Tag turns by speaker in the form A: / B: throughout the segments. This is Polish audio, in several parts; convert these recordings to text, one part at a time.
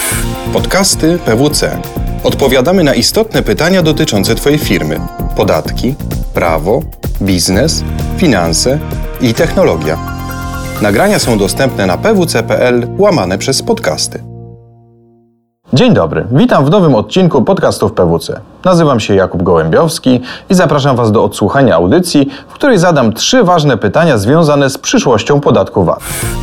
A: Podcasty PWC. Odpowiadamy na istotne pytania dotyczące Twojej firmy. Podatki, prawo, biznes, finanse i technologia. Nagrania są dostępne na pwc.pl/podcasty.
B: Dzień dobry, witam w nowym odcinku podcastów PWC. Nazywam się Jakub Gołębiowski i zapraszam Was do odsłuchania audycji, w której zadam 3 ważne pytania związane z przyszłością podatku VAT.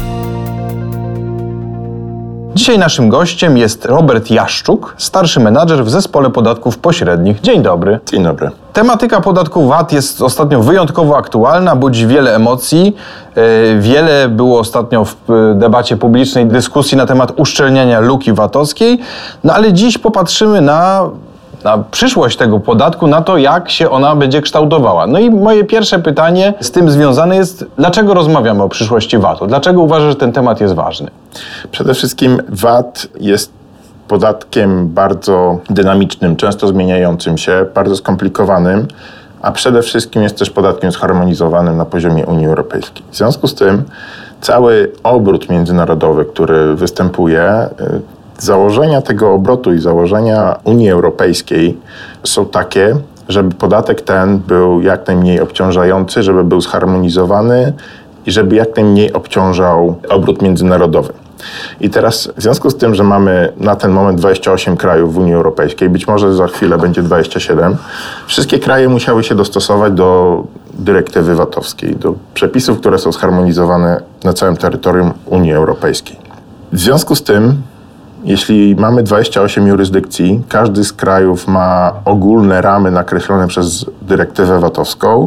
B: Dzisiaj naszym gościem jest Robert Jaszczuk, starszy menadżer w zespole podatków pośrednich. Dzień dobry.
C: Dzień dobry.
B: Tematyka podatku VAT jest ostatnio wyjątkowo aktualna, budzi wiele emocji. Wiele było ostatnio w debacie publicznej dyskusji na temat uszczelniania luki VAT-owskiej. No ale dziś popatrzymy na przyszłość tego podatku, na to, jak się ona będzie kształtowała. No i moje pierwsze pytanie z tym związane jest, dlaczego rozmawiamy o przyszłości VAT-u? Dlaczego uważasz, że ten temat jest ważny?
C: Przede wszystkim VAT jest podatkiem bardzo dynamicznym, często zmieniającym się, bardzo skomplikowanym, a przede wszystkim jest też podatkiem zharmonizowanym na poziomie Unii Europejskiej. W związku z tym cały obrót międzynarodowy, który występuje, założenia tego obrotu i założenia Unii Europejskiej są takie, żeby podatek ten był jak najmniej obciążający, żeby był zharmonizowany i żeby jak najmniej obciążał obrót międzynarodowy. I teraz w związku z tym, że mamy na ten moment 28 krajów w Unii Europejskiej, być może za chwilę będzie 27, wszystkie kraje musiały się dostosować do dyrektywy VAT-owskiej, do przepisów, które są zharmonizowane na całym terytorium Unii Europejskiej. W związku z tym, jeśli mamy 28 jurysdykcji, każdy z krajów ma ogólne ramy nakreślone przez dyrektywę VAT-owską,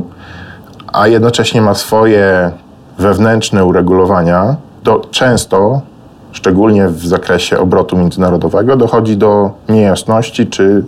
C: a jednocześnie ma swoje wewnętrzne uregulowania, to często, szczególnie w zakresie obrotu międzynarodowego, dochodzi do niejasności czy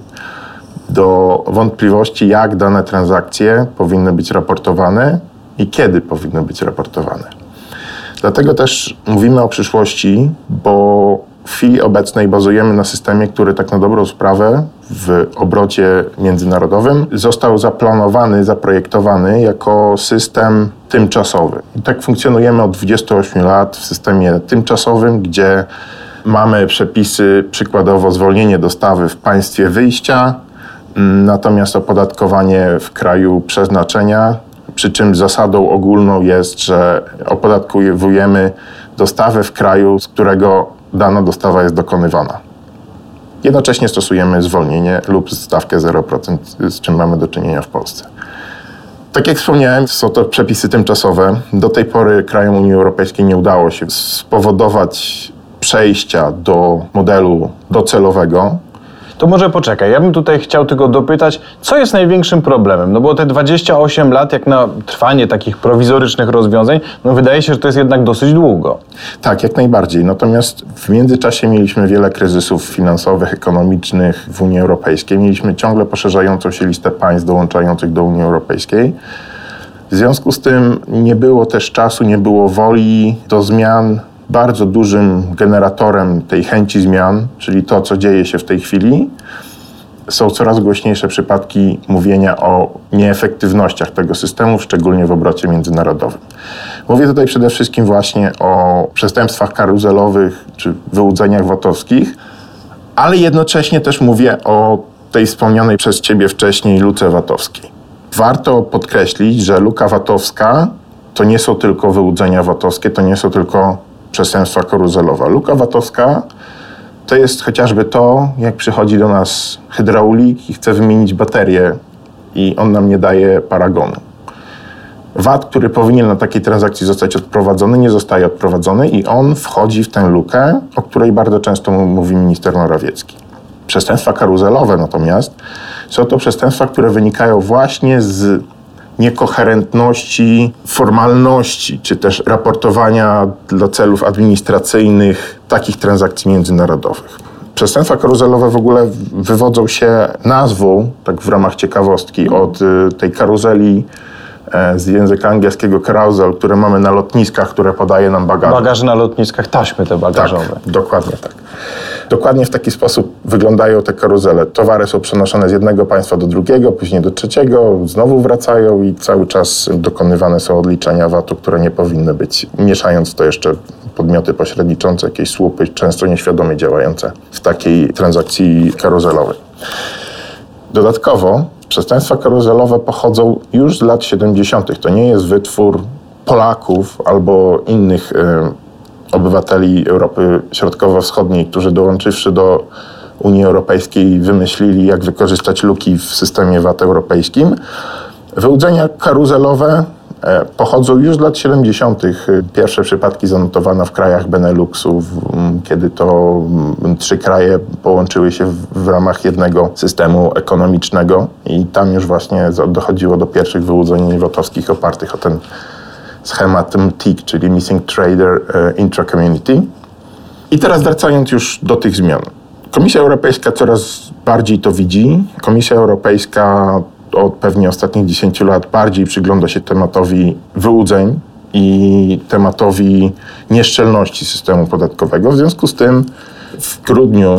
C: do wątpliwości, jak dane transakcje powinny być raportowane i kiedy powinny być raportowane. Dlatego też mówimy o przyszłości, bo w chwili obecnej bazujemy na systemie, który tak na dobrą sprawę w obrocie międzynarodowym został zaplanowany, zaprojektowany jako system tymczasowy. I tak funkcjonujemy od 28 lat w systemie tymczasowym, gdzie mamy przepisy, przykładowo zwolnienie dostawy w państwie wyjścia, natomiast opodatkowanie w kraju przeznaczenia, przy czym zasadą ogólną jest, że opodatkowujemy dostawę w kraju, z którego dana dostawa jest dokonywana. Jednocześnie stosujemy zwolnienie lub stawkę 0%, z czym mamy do czynienia w Polsce. Tak jak wspomniałem, są to przepisy tymczasowe. Do tej pory krajom Unii Europejskiej nie udało się spowodować przejścia do modelu docelowego.
B: To może poczekaj, ja bym tutaj chciał tylko dopytać, co jest największym problemem? No bo te 28 lat, jak na trwanie takich prowizorycznych rozwiązań, no wydaje się, że to jest jednak dosyć długo.
C: Tak, jak najbardziej. Natomiast w międzyczasie mieliśmy wiele kryzysów finansowych, ekonomicznych w Unii Europejskiej. Mieliśmy ciągle poszerzającą się listę państw dołączających do Unii Europejskiej. W związku z tym nie było też czasu, nie było woli do zmian. Bardzo dużym generatorem tej chęci zmian, czyli to, co dzieje się w tej chwili, są coraz głośniejsze przypadki mówienia o nieefektywnościach tego systemu, szczególnie w obrocie międzynarodowym. Mówię tutaj przede wszystkim właśnie o przestępstwach karuzelowych czy wyłudzeniach VAT-owskich, ale jednocześnie też mówię o tej wspomnianej przez Ciebie wcześniej luce VAT-owskiej. Warto podkreślić, że luka VAT-owska to nie są tylko wyłudzenia VAT-owskie, to nie są tylko przestępstwa karuzelowe. Luka VAT-owska to jest chociażby to, jak przychodzi do nas hydraulik i chce wymienić baterię i on nam nie daje paragonu. VAT, który powinien na takiej transakcji zostać odprowadzony, nie zostaje odprowadzony i on wchodzi w tę lukę, o której bardzo często mówi minister Morawiecki. Przestępstwa karuzelowe natomiast są to przestępstwa, które wynikają właśnie z niekoherentności, formalności, czy też raportowania dla celów administracyjnych takich transakcji międzynarodowych. Przestępstwa karuzelowe w ogóle wywodzą się nazwą, tak w ramach ciekawostki, od tej karuzeli z języka angielskiego carousel, które mamy na lotniskach, które podaje nam bagaże.
B: Bagaże na lotniskach, taśmy te bagażowe.
C: Tak, dokładnie tak. Dokładnie w taki sposób wyglądają te karuzele. Towary są przenoszone z jednego państwa do drugiego, później do trzeciego, znowu wracają i cały czas dokonywane są odliczenia VAT-u, które nie powinny być, mieszając to jeszcze podmioty pośredniczące, jakieś słupy, często nieświadomie działające w takiej transakcji karuzelowej. Dodatkowo przestępstwa karuzelowe pochodzą już z lat 70. To nie jest wytwór Polaków albo innych obywateli Europy Środkowo-Wschodniej, którzy dołączywszy do Unii Europejskiej wymyślili, jak wykorzystać luki w systemie VAT europejskim. Wyłudzenia karuzelowe pochodzą już z lat 70. Pierwsze przypadki zanotowano w krajach Beneluxu, kiedy to 3 kraje połączyły się w ramach jednego systemu ekonomicznego i tam już właśnie dochodziło do pierwszych wyłudzeń VAT-owskich opartych o ten schemat MTIC, czyli Missing Trader Intra-Community. I teraz wracając już do tych zmian. Komisja Europejska coraz bardziej to widzi. Komisja Europejska od pewnie ostatnich 10 lat bardziej przygląda się tematowi wyłudzeń i tematowi nieszczelności systemu podatkowego. W związku z tym w grudniu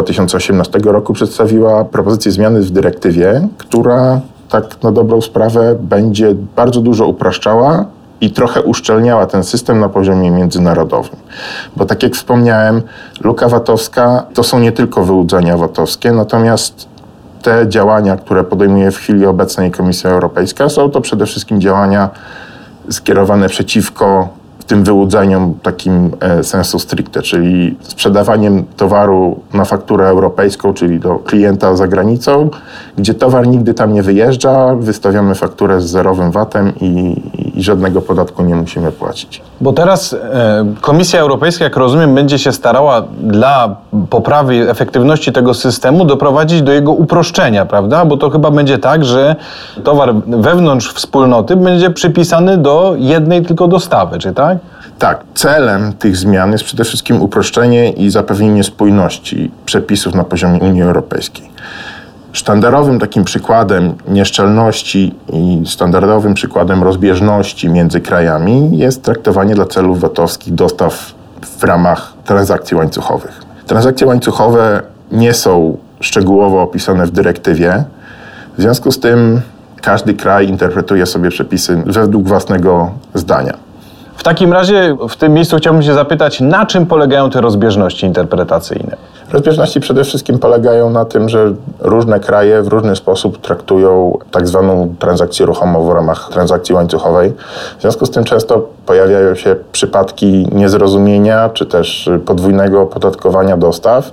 C: 2018 roku przedstawiła propozycję zmiany w dyrektywie, która tak na dobrą sprawę będzie bardzo dużo upraszczała i trochę uszczelniała ten system na poziomie międzynarodowym. Bo tak jak wspomniałem, luka VAT-owska to są nie tylko wyłudzenia VAT-owskie, natomiast te działania, które podejmuje w chwili obecnej Komisja Europejska, są to przede wszystkim działania skierowane przeciwko tym wyłudzeniom takim sensu stricte, czyli sprzedawaniem towaru na fakturę europejską, czyli do klienta za granicą, gdzie towar nigdy tam nie wyjeżdża, wystawiamy fakturę z zerowym VAT-em i żadnego podatku nie musimy płacić.
B: Bo teraz Komisja Europejska, jak rozumiem, będzie się starała dla poprawy efektywności tego systemu doprowadzić do jego uproszczenia, prawda? Bo to chyba będzie tak, że towar wewnątrz wspólnoty będzie przypisany do jednej tylko dostawy, czy tak?
C: Tak, celem tych zmian jest przede wszystkim uproszczenie i zapewnienie spójności przepisów na poziomie Unii Europejskiej. Sztandarowym takim przykładem nieszczelności i standardowym przykładem rozbieżności między krajami jest traktowanie dla celów VAT-owskich dostaw w ramach transakcji łańcuchowych. Transakcje łańcuchowe nie są szczegółowo opisane w dyrektywie, w związku z tym każdy kraj interpretuje sobie przepisy według własnego zdania.
B: W takim razie w tym miejscu chciałbym się zapytać, na czym polegają te rozbieżności interpretacyjne?
C: Rozbieżności przede wszystkim polegają na tym, że różne kraje w różny sposób traktują tak zwaną transakcję ruchomą w ramach transakcji łańcuchowej. W związku z tym często pojawiają się przypadki niezrozumienia czy też podwójnego opodatkowania dostaw.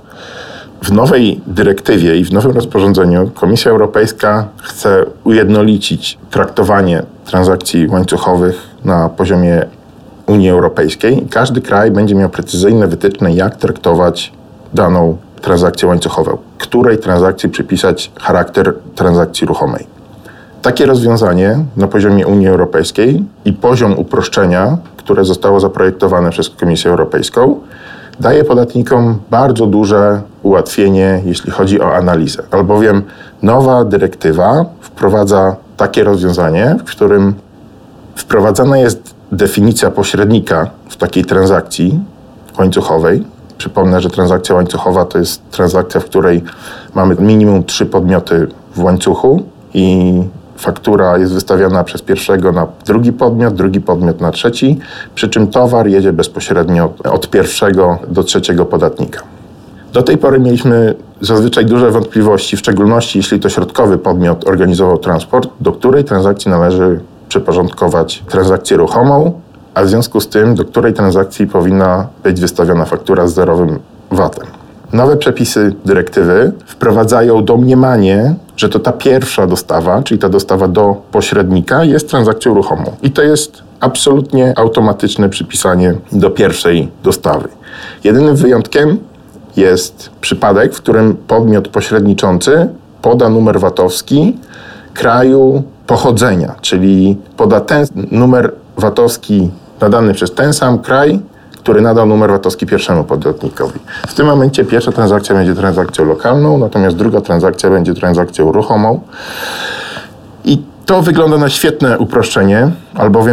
C: W nowej dyrektywie i w nowym rozporządzeniu Komisja Europejska chce ujednolicić traktowanie transakcji łańcuchowych na poziomie Unii Europejskiej. Każdy kraj będzie miał precyzyjne wytyczne, jak traktować daną transakcję łańcuchową, której transakcji przypisać charakter transakcji ruchomej. Takie rozwiązanie na poziomie Unii Europejskiej i poziom uproszczenia, które zostało zaprojektowane przez Komisję Europejską, daje podatnikom bardzo duże ułatwienie, jeśli chodzi o analizę. Albowiem nowa dyrektywa wprowadza takie rozwiązanie, w którym wprowadzana jest definicja pośrednika w takiej transakcji łańcuchowej. Przypomnę, że transakcja łańcuchowa to jest transakcja, w której mamy minimum 3 podmioty w łańcuchu i faktura jest wystawiana przez pierwszego na drugi podmiot na trzeci, przy czym towar jedzie bezpośrednio od pierwszego do trzeciego podatnika. Do tej pory mieliśmy zazwyczaj duże wątpliwości, w szczególności jeśli to środkowy podmiot organizował transport, do której transakcji należy przyporządkować transakcję ruchomą, a w związku z tym, do której transakcji powinna być wystawiona faktura z zerowym VAT-em. Nowe przepisy dyrektywy wprowadzają domniemanie, że to ta pierwsza dostawa, czyli ta dostawa do pośrednika, jest transakcją ruchomą. I to jest absolutnie automatyczne przypisanie do pierwszej dostawy. Jedynym wyjątkiem jest przypadek, w którym podmiot pośredniczący poda numer VAT-owski kraju pochodzenia, czyli poda ten numer VAT-owski nadany przez ten sam kraj, który nadał numer VAT-owski pierwszemu podatnikowi. W tym momencie pierwsza transakcja będzie transakcją lokalną, natomiast druga transakcja będzie transakcją ruchomą. I to wygląda na świetne uproszczenie, albowiem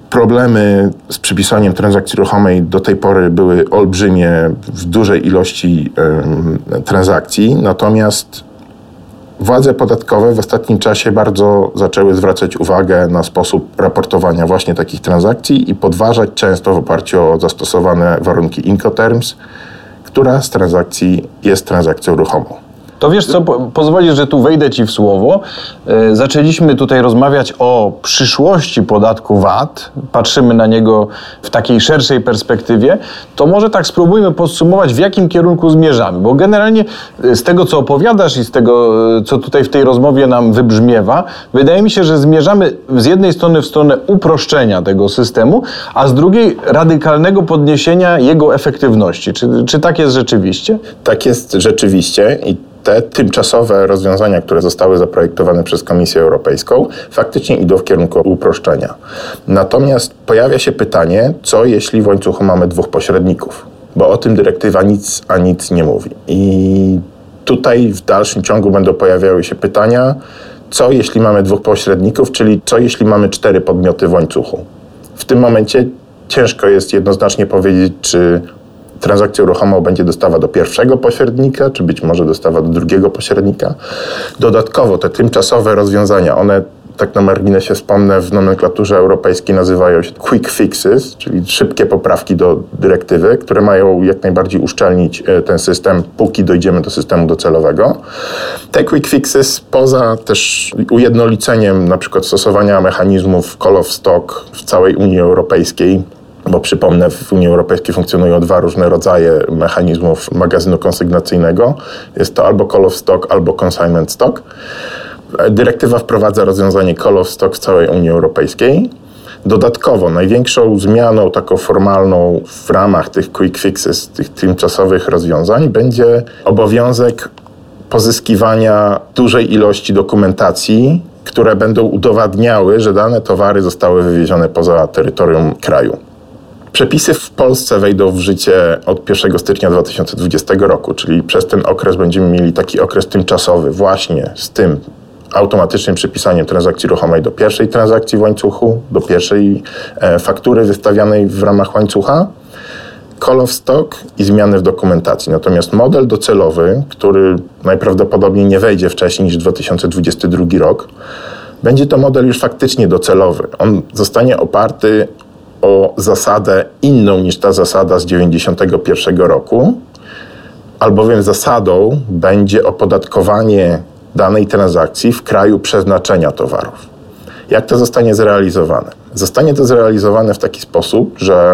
C: Problemy z przypisaniem transakcji ruchomej do tej pory były olbrzymie w dużej ilości transakcji, natomiast władze podatkowe w ostatnim czasie bardzo zaczęły zwracać uwagę na sposób raportowania właśnie takich transakcji i podważać często w oparciu o zastosowane warunki Incoterms, która z transakcji jest transakcją ruchomą.
B: To wiesz co, pozwolisz, że tu wejdę Ci w słowo. Zaczęliśmy tutaj rozmawiać o przyszłości podatku VAT. Patrzymy na niego w takiej szerszej perspektywie. To może tak spróbujmy podsumować, w jakim kierunku zmierzamy. Bo generalnie z tego, co opowiadasz i z tego, co tutaj w tej rozmowie nam wybrzmiewa, wydaje mi się, że zmierzamy z jednej strony w stronę uproszczenia tego systemu, a z drugiej radykalnego podniesienia jego efektywności. Czy tak jest rzeczywiście?
C: Tak jest rzeczywiście i te tymczasowe rozwiązania, które zostały zaprojektowane przez Komisję Europejską, faktycznie idą w kierunku uproszczenia. Natomiast pojawia się pytanie, co jeśli w łańcuchu mamy dwóch pośredników? Bo o tym dyrektywa nic nie mówi. I tutaj w dalszym ciągu będą pojawiały się pytania, co jeśli mamy dwóch pośredników, czyli co jeśli mamy 4 podmioty w łańcuchu? W tym momencie ciężko jest jednoznacznie powiedzieć, czy transakcją ruchomą będzie dostawa do pierwszego pośrednika, czy być może dostawa do drugiego pośrednika. Dodatkowo te tymczasowe rozwiązania, one, tak na marginesie wspomnę, w nomenklaturze europejskiej nazywają się quick fixes, czyli szybkie poprawki do dyrektywy, które mają jak najbardziej uszczelnić ten system, póki dojdziemy do systemu docelowego. Te quick fixes, poza też ujednoliceniem na przykład stosowania mechanizmów call of stock w całej Unii Europejskiej, bo przypomnę, w Unii Europejskiej funkcjonują 2 różne rodzaje mechanizmów magazynu konsygnacyjnego. Jest to albo call of stock, albo consignment stock. Dyrektywa wprowadza rozwiązanie call of stock w całej Unii Europejskiej. Dodatkowo największą zmianą taką formalną w ramach tych quick fixes, tych tymczasowych rozwiązań będzie obowiązek pozyskiwania dużej ilości dokumentacji, które będą udowadniały, że dane towary zostały wywiezione poza terytorium kraju. Przepisy w Polsce wejdą w życie od 1 stycznia 2020 roku, czyli przez ten okres będziemy mieli taki okres tymczasowy właśnie z tym automatycznym przypisaniem transakcji ruchomej do pierwszej transakcji w łańcuchu, do pierwszej faktury wystawianej w ramach łańcucha, call of stock i zmiany w dokumentacji. Natomiast model docelowy, który najprawdopodobniej nie wejdzie wcześniej niż 2022 rok, będzie to model już faktycznie docelowy. On zostanie oparty o zasadę inną niż ta zasada z 1991 roku, albowiem zasadą będzie opodatkowanie danej transakcji w kraju przeznaczenia towarów. Jak to zostanie zrealizowane? Zostanie to zrealizowane w taki sposób, że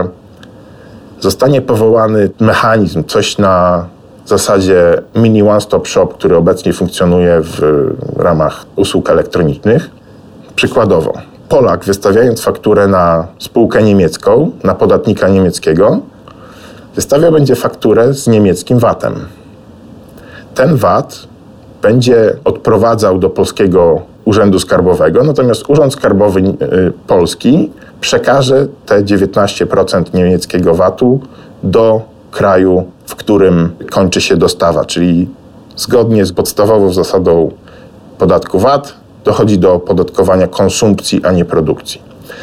C: zostanie powołany mechanizm, coś na zasadzie mini one-stop shop, który obecnie funkcjonuje w ramach usług elektronicznych. Przykładowo, Polak wystawiając fakturę na spółkę niemiecką, na podatnika niemieckiego, wystawiał będzie fakturę z niemieckim VAT-em. Ten VAT będzie odprowadzał do polskiego Urzędu Skarbowego, natomiast Urząd Skarbowy Polski przekaże te 19% niemieckiego VAT-u do kraju, w którym kończy się dostawa, czyli zgodnie z podstawową zasadą podatku VAT dochodzi do opodatkowania konsumpcji, a nie produkcji.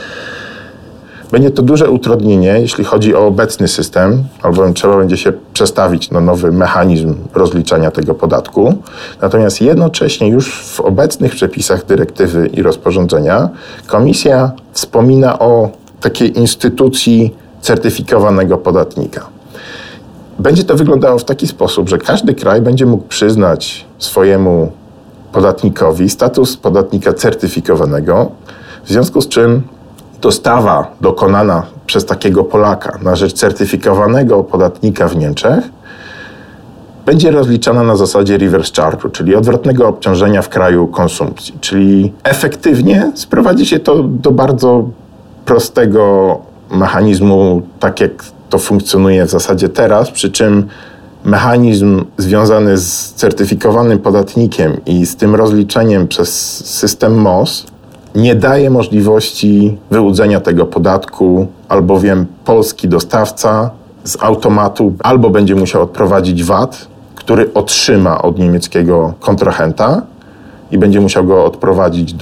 C: Będzie to duże utrudnienie, jeśli chodzi o obecny system, albowiem trzeba będzie się przestawić na nowy mechanizm rozliczania tego podatku. Natomiast jednocześnie już w obecnych przepisach dyrektywy i rozporządzenia Komisja wspomina o takiej instytucji certyfikowanego podatnika. Będzie to wyglądało w taki sposób, że każdy kraj będzie mógł przyznać swojemu podatnikowi status podatnika certyfikowanego, w związku z czym dostawa dokonana przez takiego Polaka na rzecz certyfikowanego podatnika w Niemczech będzie rozliczana na zasadzie reverse charge'u, czyli odwrotnego obciążenia w kraju konsumpcji. Czyli efektywnie sprowadzi się to do bardzo prostego mechanizmu, tak jak to funkcjonuje w zasadzie teraz, przy czym mechanizm związany z certyfikowanym podatnikiem i z tym rozliczeniem przez system MOS nie daje możliwości wyłudzenia tego podatku, albowiem polski dostawca z automatu albo będzie musiał odprowadzić VAT, który otrzyma od niemieckiego kontrahenta i będzie musiał go odprowadzić do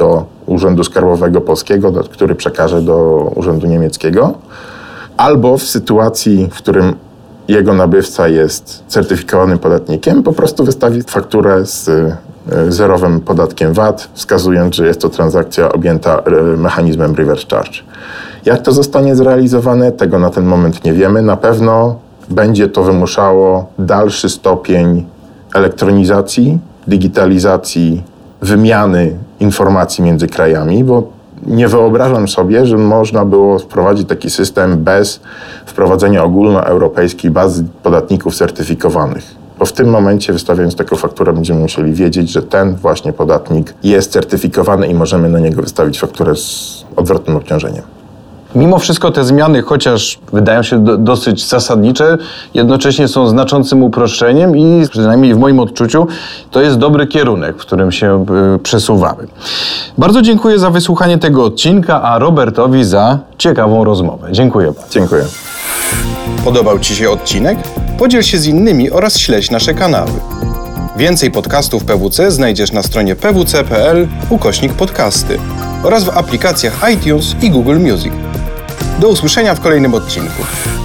C: Urzędu Skarbowego Polskiego, który przekaże do Urzędu Niemieckiego, albo w sytuacji, w którym jego nabywca jest certyfikowanym podatnikiem, po prostu wystawi fakturę z zerowym podatkiem VAT, wskazując, że jest to transakcja objęta mechanizmem reverse charge. Jak to zostanie zrealizowane, tego na ten moment nie wiemy. Na pewno będzie to wymuszało dalszy stopień elektronizacji, digitalizacji, wymiany informacji między krajami, bo nie wyobrażam sobie, że można było wprowadzić taki system bez wprowadzenia ogólnoeuropejskiej bazy podatników certyfikowanych. Bo w tym momencie, wystawiając taką fakturę, będziemy musieli wiedzieć, że ten właśnie podatnik jest certyfikowany i możemy na niego wystawić fakturę z odwrotnym obciążeniem.
B: Mimo wszystko te zmiany, chociaż wydają się dosyć zasadnicze, jednocześnie są znaczącym uproszczeniem i przynajmniej w moim odczuciu to jest dobry kierunek, w którym się przesuwamy. Bardzo dziękuję za wysłuchanie tego odcinka, a Robertowi za ciekawą rozmowę. Dziękuję bardzo.
C: Dziękuję.
A: Podobał Ci się odcinek? Podziel się z innymi oraz śledź nasze kanały. Więcej podcastów PWC znajdziesz na stronie pwc.pl/podcasty oraz w aplikacjach iTunes i Google Music. Do usłyszenia w kolejnym odcinku.